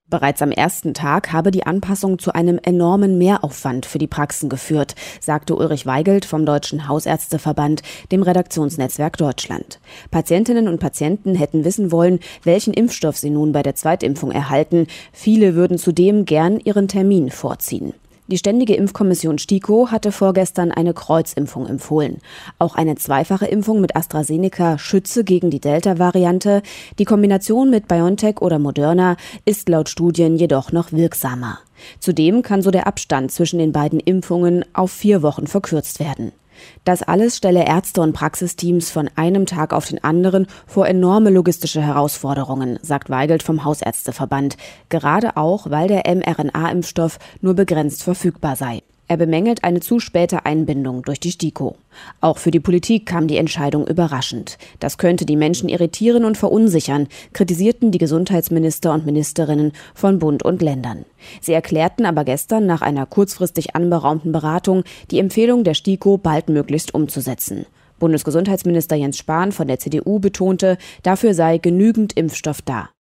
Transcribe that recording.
Bereits am ersten Tag habe die Anpassung zu einem enormen Mehraufwand für die Praxen geführt, sagte Ulrich Weigelt vom Deutschen Hausärzteverband, dem Redaktionsnetzwerk Deutschland. Patientinnen und Patienten hätten wissen wollen, welchen Impfstoff sie nun bei der Zweitimpfung erhalten. Viele würden zudem gern ihren Termin vorziehen. Die Ständige Impfkommission STIKO hatte vorgestern eine Kreuzimpfung empfohlen. Auch eine zweifache Impfung mit AstraZeneca schütze gegen die Delta-Variante. Die Kombination mit BioNTech oder Moderna ist laut Studien jedoch noch wirksamer. Zudem kann so der Abstand zwischen den beiden Impfungen auf 4 Wochen verkürzt werden. Das alles stelle Ärzte und Praxisteams von einem Tag auf den anderen vor enorme logistische Herausforderungen, sagt Weigelt vom Hausärzteverband, gerade auch, weil der mRNA-Impfstoff nur begrenzt verfügbar sei. Er bemängelt eine zu späte Einbindung durch die STIKO. Auch für die Politik kam die Entscheidung überraschend. Das könnte die Menschen irritieren und verunsichern, kritisierten die Gesundheitsminister und Ministerinnen von Bund und Ländern. Sie erklärten aber gestern nach einer kurzfristig anberaumten Beratung, die Empfehlung der STIKO baldmöglichst umzusetzen. Bundesgesundheitsminister Jens Spahn von der CDU betonte, dafür sei genügend Impfstoff da.